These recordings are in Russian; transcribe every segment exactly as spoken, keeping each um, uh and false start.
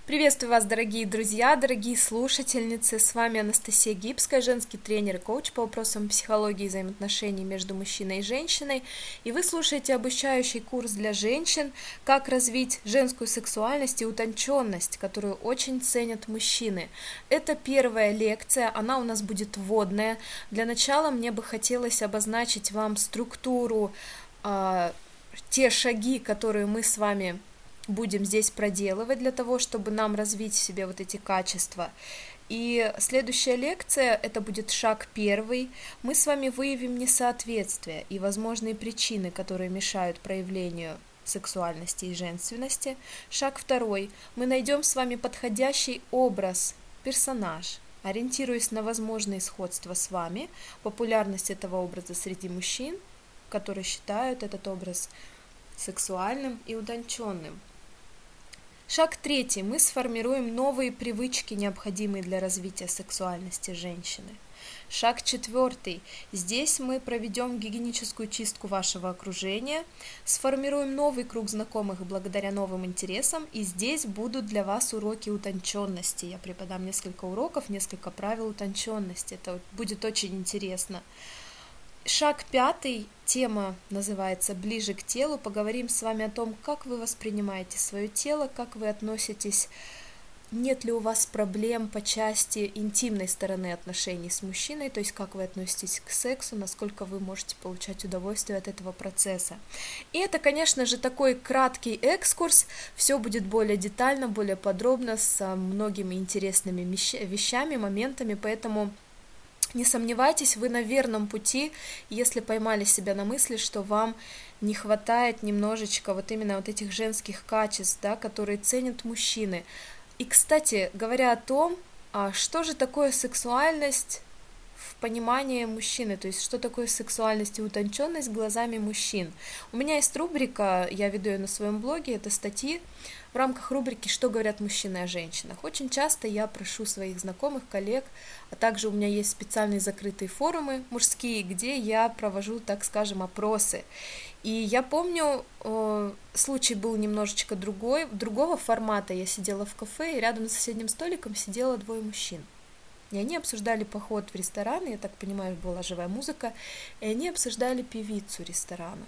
Приветствую вас, дорогие друзья, дорогие слушательницы. С вами Анастасия Гибская, женский тренер и коуч по вопросам психологии и взаимоотношений между мужчиной и женщиной. И вы слушаете обучающий курс для женщин «Как развить женскую сексуальность и утонченность», которую очень ценят мужчины. Это первая лекция, она у нас будет вводная. Для начала мне бы хотелось обозначить вам структуру, э, те шаги, которые мы с вами будем здесь проделывать для того, чтобы нам развить в себе вот эти качества. И следующая лекция, это будет шаг первый. Мы с вами выявим несоответствия и возможные причины, которые мешают проявлению сексуальности и женственности. Шаг второй. Мы найдем с вами подходящий образ, персонаж, ориентируясь на возможные сходства с вами, популярность этого образа среди мужчин, которые считают этот образ сексуальным и утонченным. Шаг третий. Мы сформируем новые привычки, необходимые для развития сексуальности женщины. Шаг четвертый. Здесь мы проведем гигиеническую чистку вашего окружения, сформируем новый круг знакомых благодаря новым интересам, и здесь будут для вас уроки утонченности. Я преподам несколько уроков, несколько правил утонченности. Это будет очень интересно. Шаг пятый, тема называется «Ближе к телу». Поговорим с вами о том, как вы воспринимаете свое тело, как вы относитесь, нет ли у вас проблем по части интимной стороны отношений с мужчиной, то есть как вы относитесь к сексу, насколько вы можете получать удовольствие от этого процесса. И это, конечно же, такой краткий экскурс, все будет более детально, более подробно, с многими интересными вещами, моментами, поэтому не сомневайтесь, вы на верном пути, если поймали себя на мысли, что вам не хватает немножечко вот именно вот этих женских качеств, да, которые ценят мужчины. И, кстати, говоря о том, а что же такое сексуальность в понимании мужчины, то есть что такое сексуальность и утонченность глазами мужчин. У меня есть рубрика, я веду ее на своем блоге, это статьи в рамках рубрики «Что говорят мужчины о женщинах». Очень часто я прошу своих знакомых, коллег, а также у меня есть специальные закрытые форумы мужские, где я провожу, так скажем, опросы. И я помню, э, случай был немножечко другой, другого формата. Я сидела в кафе, и рядом за соседним столиком сидело двое мужчин. И они обсуждали поход в ресторан, я так понимаю, была живая музыка, и они обсуждали певицу ресторана.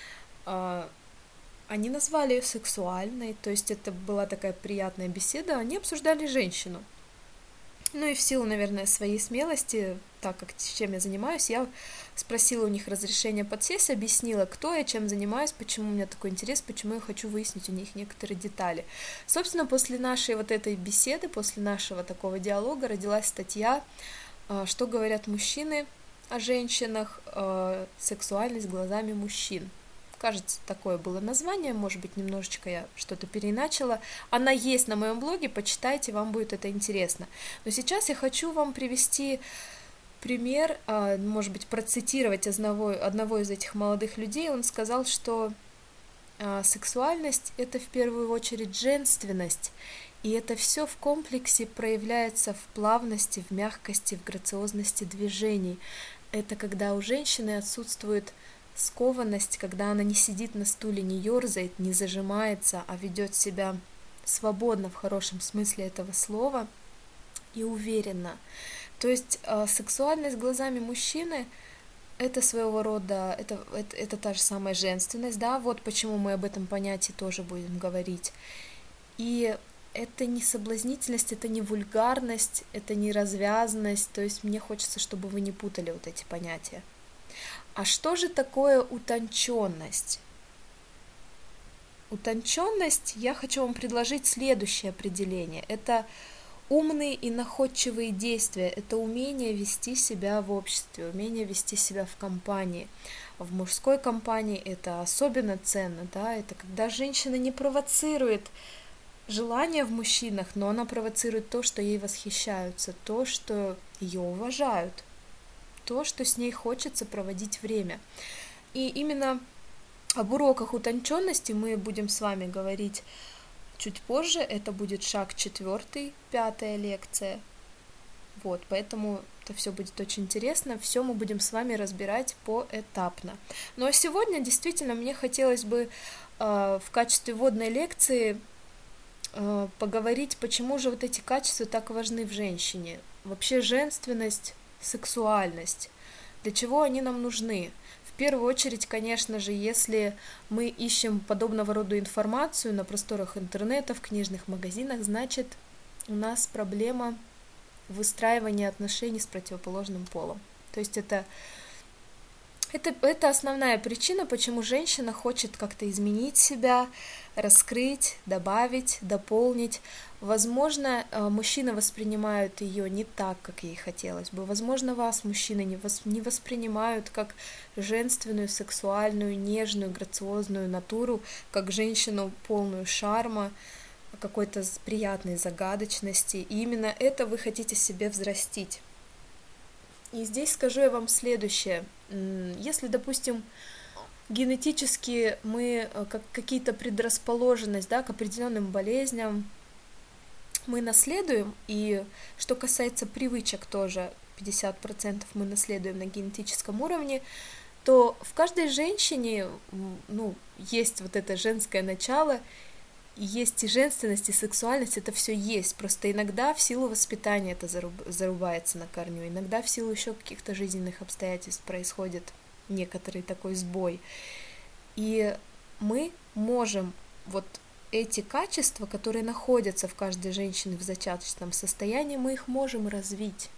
Они назвали ее сексуальной, то есть это была такая приятная беседа, они обсуждали женщину. Ну и в силу, наверное, своей смелости, так как чем я занимаюсь, я спросила у них разрешения подсесть, объяснила, кто я, чем занимаюсь, почему у меня такой интерес, почему я хочу выяснить у них некоторые детали. Собственно, после нашей вот этой беседы, после нашего такого диалога родилась статья «Что говорят мужчины о женщинах. Сексуальность глазами мужчин». Кажется, такое было название, может быть, немножечко я что-то переиначила. Она есть на моем блоге, почитайте, вам будет это интересно. Но сейчас я хочу вам привести пример, может быть, процитировать одного, одного из этих молодых людей. Он сказал, что сексуальность – это в первую очередь женственность, и это все в комплексе проявляется в плавности, в мягкости, в грациозности движений. Это когда у женщины отсутствует скованность, когда она не сидит на стуле, не ерзает, не зажимается, а ведет себя свободно в хорошем смысле этого слова и уверенно. То есть э, сексуальность глазами мужчины – это своего рода, это, это, это та же самая женственность, да, вот почему мы об этом понятии тоже будем говорить. И это не соблазнительность, это не вульгарность, это не развязанность, то есть мне хочется, чтобы вы не путали вот эти понятия. А что же такое утонченность? Утонченность, я хочу вам предложить следующее определение. Это умные и находчивые действия, это умение вести себя в обществе, умение вести себя в компании. В мужской компании это особенно ценно, да, это когда женщина не провоцирует желание в мужчинах, но она провоцирует то, что ей восхищаются, то, что ее уважают, то, что с ней хочется проводить время. И именно об уроках утонченности мы будем с вами говорить чуть позже. Это будет шаг четвертый, пятая лекция. Вот, поэтому это все будет очень интересно. Все мы будем с вами разбирать поэтапно. Ну а сегодня действительно мне хотелось бы э, в качестве вводной лекции э, поговорить, почему же вот эти качества так важны в женщине. Вообще женственность, сексуальность, для чего они нам нужны? В первую очередь, конечно же, если мы ищем подобного рода информацию на просторах интернета, в книжных магазинах, значит, у нас проблема выстраивания отношений с противоположным полом. То есть это, это, это основная причина, почему женщина хочет как-то изменить себя, раскрыть, добавить, дополнить. Возможно, мужчины воспринимают ее не так, как ей хотелось бы. Возможно, вас мужчины не, вос, не воспринимают как женственную, сексуальную, нежную, грациозную натуру, как женщину полную шарма, какой-то приятной загадочности. И именно это вы хотите себе взрастить. И здесь скажу я вам следующее. Если, допустим, генетически мы как какие-то предрасположенность, да, к определенным болезням мы наследуем, и что касается привычек тоже, пятьдесят процентов мы наследуем на генетическом уровне, то в каждой женщине, ну, есть вот это женское начало, есть и женственность, и сексуальность, это все есть. Просто иногда в силу воспитания это зарубается на корню, иногда в силу еще каких-то жизненных обстоятельств происходит некоторый такой сбой. И мы можем вот эти качества, которые находятся в каждой женщине в зачаточном состоянии, мы их можем развить.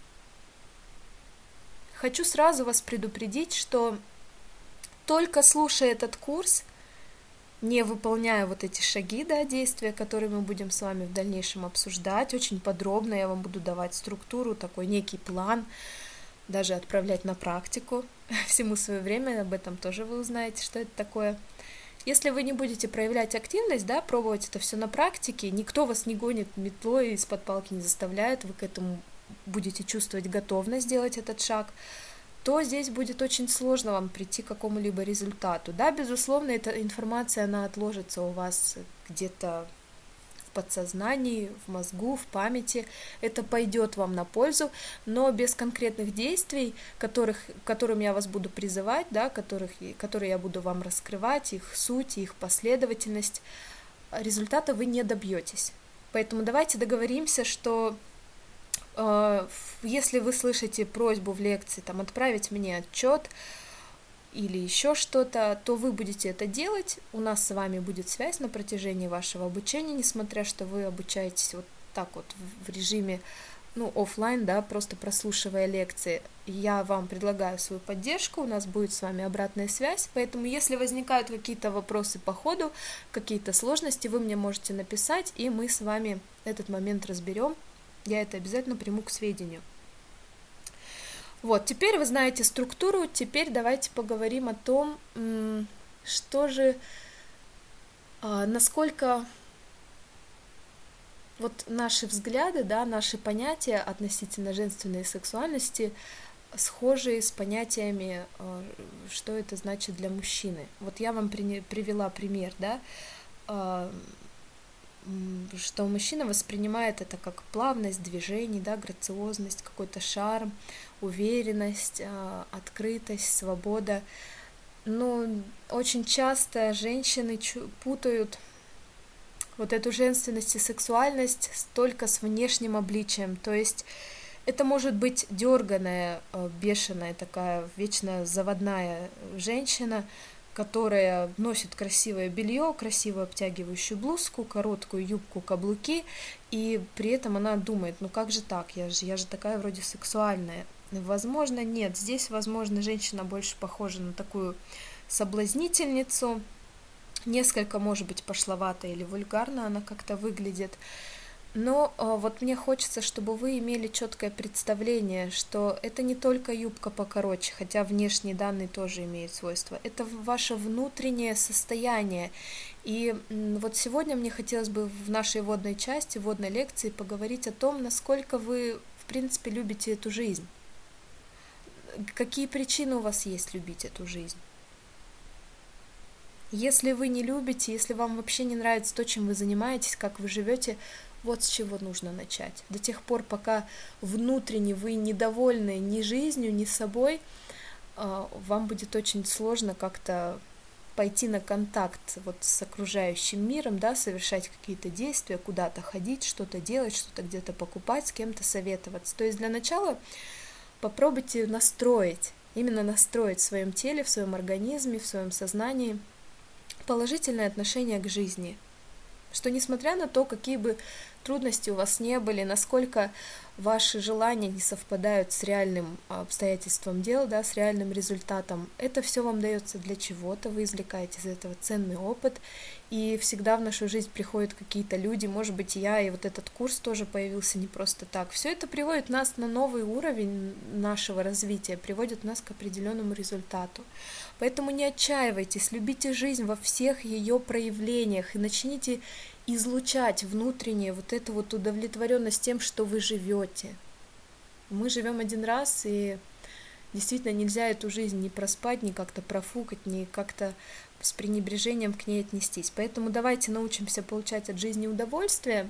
Хочу сразу вас предупредить, что только слушая этот курс, не выполняя вот эти шаги, да, действия, которые мы будем с вами в дальнейшем обсуждать, очень подробно я вам буду давать структуру, такой некий план, даже отправлять на практику. Всему свое время, об этом тоже вы узнаете, что это такое. Если вы не будете проявлять активность, да, пробовать это все на практике, никто вас не гонит метлой, из-под палки не заставляет, вы к этому будете чувствовать готовность сделать этот шаг, то здесь будет очень сложно вам прийти к какому-либо результату. Да, безусловно, эта информация, она отложится у вас где-то в подсознании, в мозгу, в памяти. Это пойдет вам на пользу, но без конкретных действий, которых, к которым я вас буду призывать, да, которых, которые я буду вам раскрывать, их суть, их последовательность, результата вы не добьетесь. Поэтому давайте договоримся, что если вы слышите просьбу в лекции там, отправить мне отчет или еще что-то, то вы будете это делать, у нас с вами будет связь на протяжении вашего обучения, несмотря что вы обучаетесь вот так вот в режиме, ну, офлайн, да, просто прослушивая лекции. Я вам предлагаю свою поддержку, у нас будет с вами обратная связь, поэтому если возникают какие-то вопросы по ходу, какие-то сложности, вы мне можете написать, и мы с вами этот момент разберем. Я это обязательно приму к сведению. Вот, теперь вы знаете структуру, теперь давайте поговорим о том, что же, насколько вот наши взгляды, да, наши понятия относительно женственной сексуальности схожи с понятиями, что это значит для мужчины. Вот я вам привела пример, да, что мужчина воспринимает это как плавность движений, да, грациозность, какой-то шарм, уверенность, открытость, свобода. Но очень часто женщины путают вот эту женственность и сексуальность только с внешним обличием. То есть это может быть дерганая, бешеная такая, вечно заводная женщина, которая носит красивое белье, красивую обтягивающую блузку, короткую юбку, каблуки, и при этом она думает, ну как же так, я же, я же такая вроде сексуальная. Возможно, нет, здесь, возможно, женщина больше похожа на такую соблазнительницу, несколько, может быть, пошловато или вульгарно она как-то выглядит. Но вот мне хочется, чтобы вы имели четкое представление, что это не только юбка покороче, хотя внешние данные тоже имеют свойства, это ваше внутреннее состояние. И вот сегодня мне хотелось бы в нашей вводной части, вводной лекции поговорить о том, насколько вы, в принципе, любите эту жизнь. Какие причины у вас есть любить эту жизнь? Если вы не любите, если вам вообще не нравится то, чем вы занимаетесь, как вы живете, вот с чего нужно начать. До тех пор, пока внутренне вы недовольны ни жизнью, ни собой, вам будет очень сложно как-то пойти на контакт вот с окружающим миром, да, совершать какие-то действия, куда-то ходить, что-то делать, что-то где-то покупать, с кем-то советоваться. То есть для начала попробуйте настроить, именно настроить в своем теле, в своем организме, в своем сознании положительное отношение к жизни, что несмотря на то, какие бы трудности у вас не были, насколько ваши желания не совпадают с реальным обстоятельством дел, да, с реальным результатом, это все вам дается для чего-то, вы извлекаете из этого ценный опыт, и всегда в нашу жизнь приходят какие-то люди, может быть, я, и вот этот курс тоже появился не просто так. Все это приводит нас на новый уровень нашего развития, приводит нас к определенному результату. Поэтому не отчаивайтесь, любите жизнь во всех ее проявлениях и начните излучать внутреннее вот эту вот удовлетворенность тем, что вы живете. Мы живем один раз, и действительно нельзя эту жизнь ни проспать, ни как-то профукать, ни как-то с пренебрежением к ней отнестись. Поэтому давайте научимся получать от жизни удовольствие.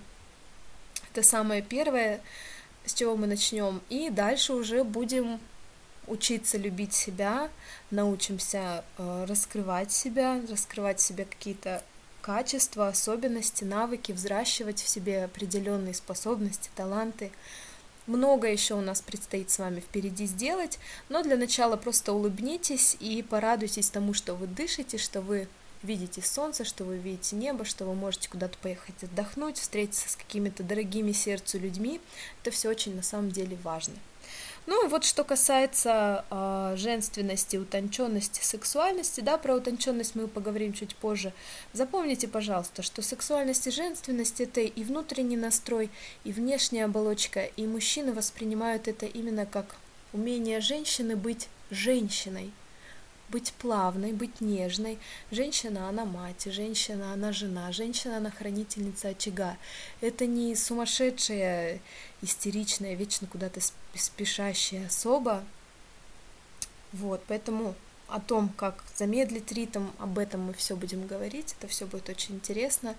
Это самое первое, с чего мы начнем. И дальше уже будем учиться любить себя, научимся э, раскрывать себя, раскрывать в себе какие-то качества, особенности, навыки, взращивать в себе определенные способности, таланты. Много еще у нас предстоит с вами впереди сделать, но для начала просто улыбнитесь и порадуйтесь тому, что вы дышите, что вы видите солнце, что вы видите небо, что вы можете куда-то поехать отдохнуть, встретиться с какими-то дорогими сердцу людьми. Это все очень на самом деле важно. Ну и вот что касается э, женственности, утонченности, сексуальности, да, про утонченность мы поговорим чуть позже. Запомните, пожалуйста, что сексуальность и женственность — это и внутренний настрой, и внешняя оболочка, и мужчины воспринимают это именно как умение женщины быть женщиной, быть плавной, быть нежной. Женщина, она мать, женщина, она жена, женщина, она хранительница очага. Это не сумасшедшая, истеричная, вечно куда-то спешащая особа. Вот, поэтому о том, как замедлить ритм, об этом мы все будем говорить, это все будет очень интересно.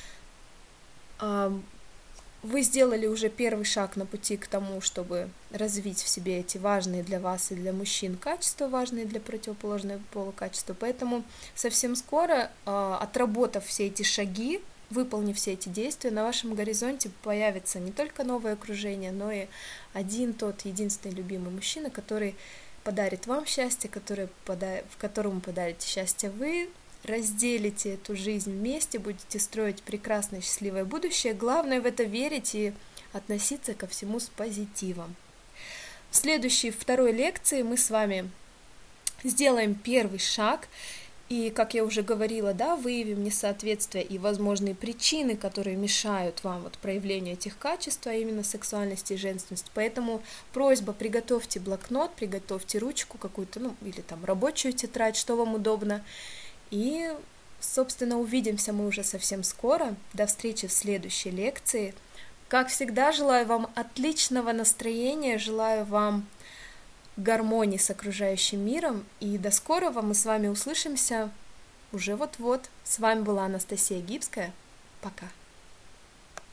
Вы сделали уже первый шаг на пути к тому, чтобы развить в себе эти важные для вас и для мужчин качества, важные для противоположного пола качества. Поэтому совсем скоро, отработав все эти шаги, выполнив все эти действия, на вашем горизонте появится не только новое окружение, но и один тот единственный любимый мужчина, который подарит вам счастье, который пода... в которому подарите счастье вы, разделите эту жизнь вместе, будете строить прекрасное счастливое будущее. Главное в это верить и относиться ко всему с позитивом. В следующей, второй лекции мы с вами сделаем первый шаг. И, как я уже говорила, да, выявим несоответствия и возможные причины, которые мешают вам вот проявлению этих качеств, а именно сексуальности и женственности. Поэтому просьба: приготовьте блокнот, приготовьте ручку какую-то, ну, или там рабочую тетрадь, что вам удобно. И, собственно, увидимся мы уже совсем скоро. До встречи в следующей лекции. Как всегда, желаю вам отличного настроения, желаю вам гармонии с окружающим миром, и до скорого, мы с вами услышимся уже вот-вот. С вами была Анастасия Гибская. Пока.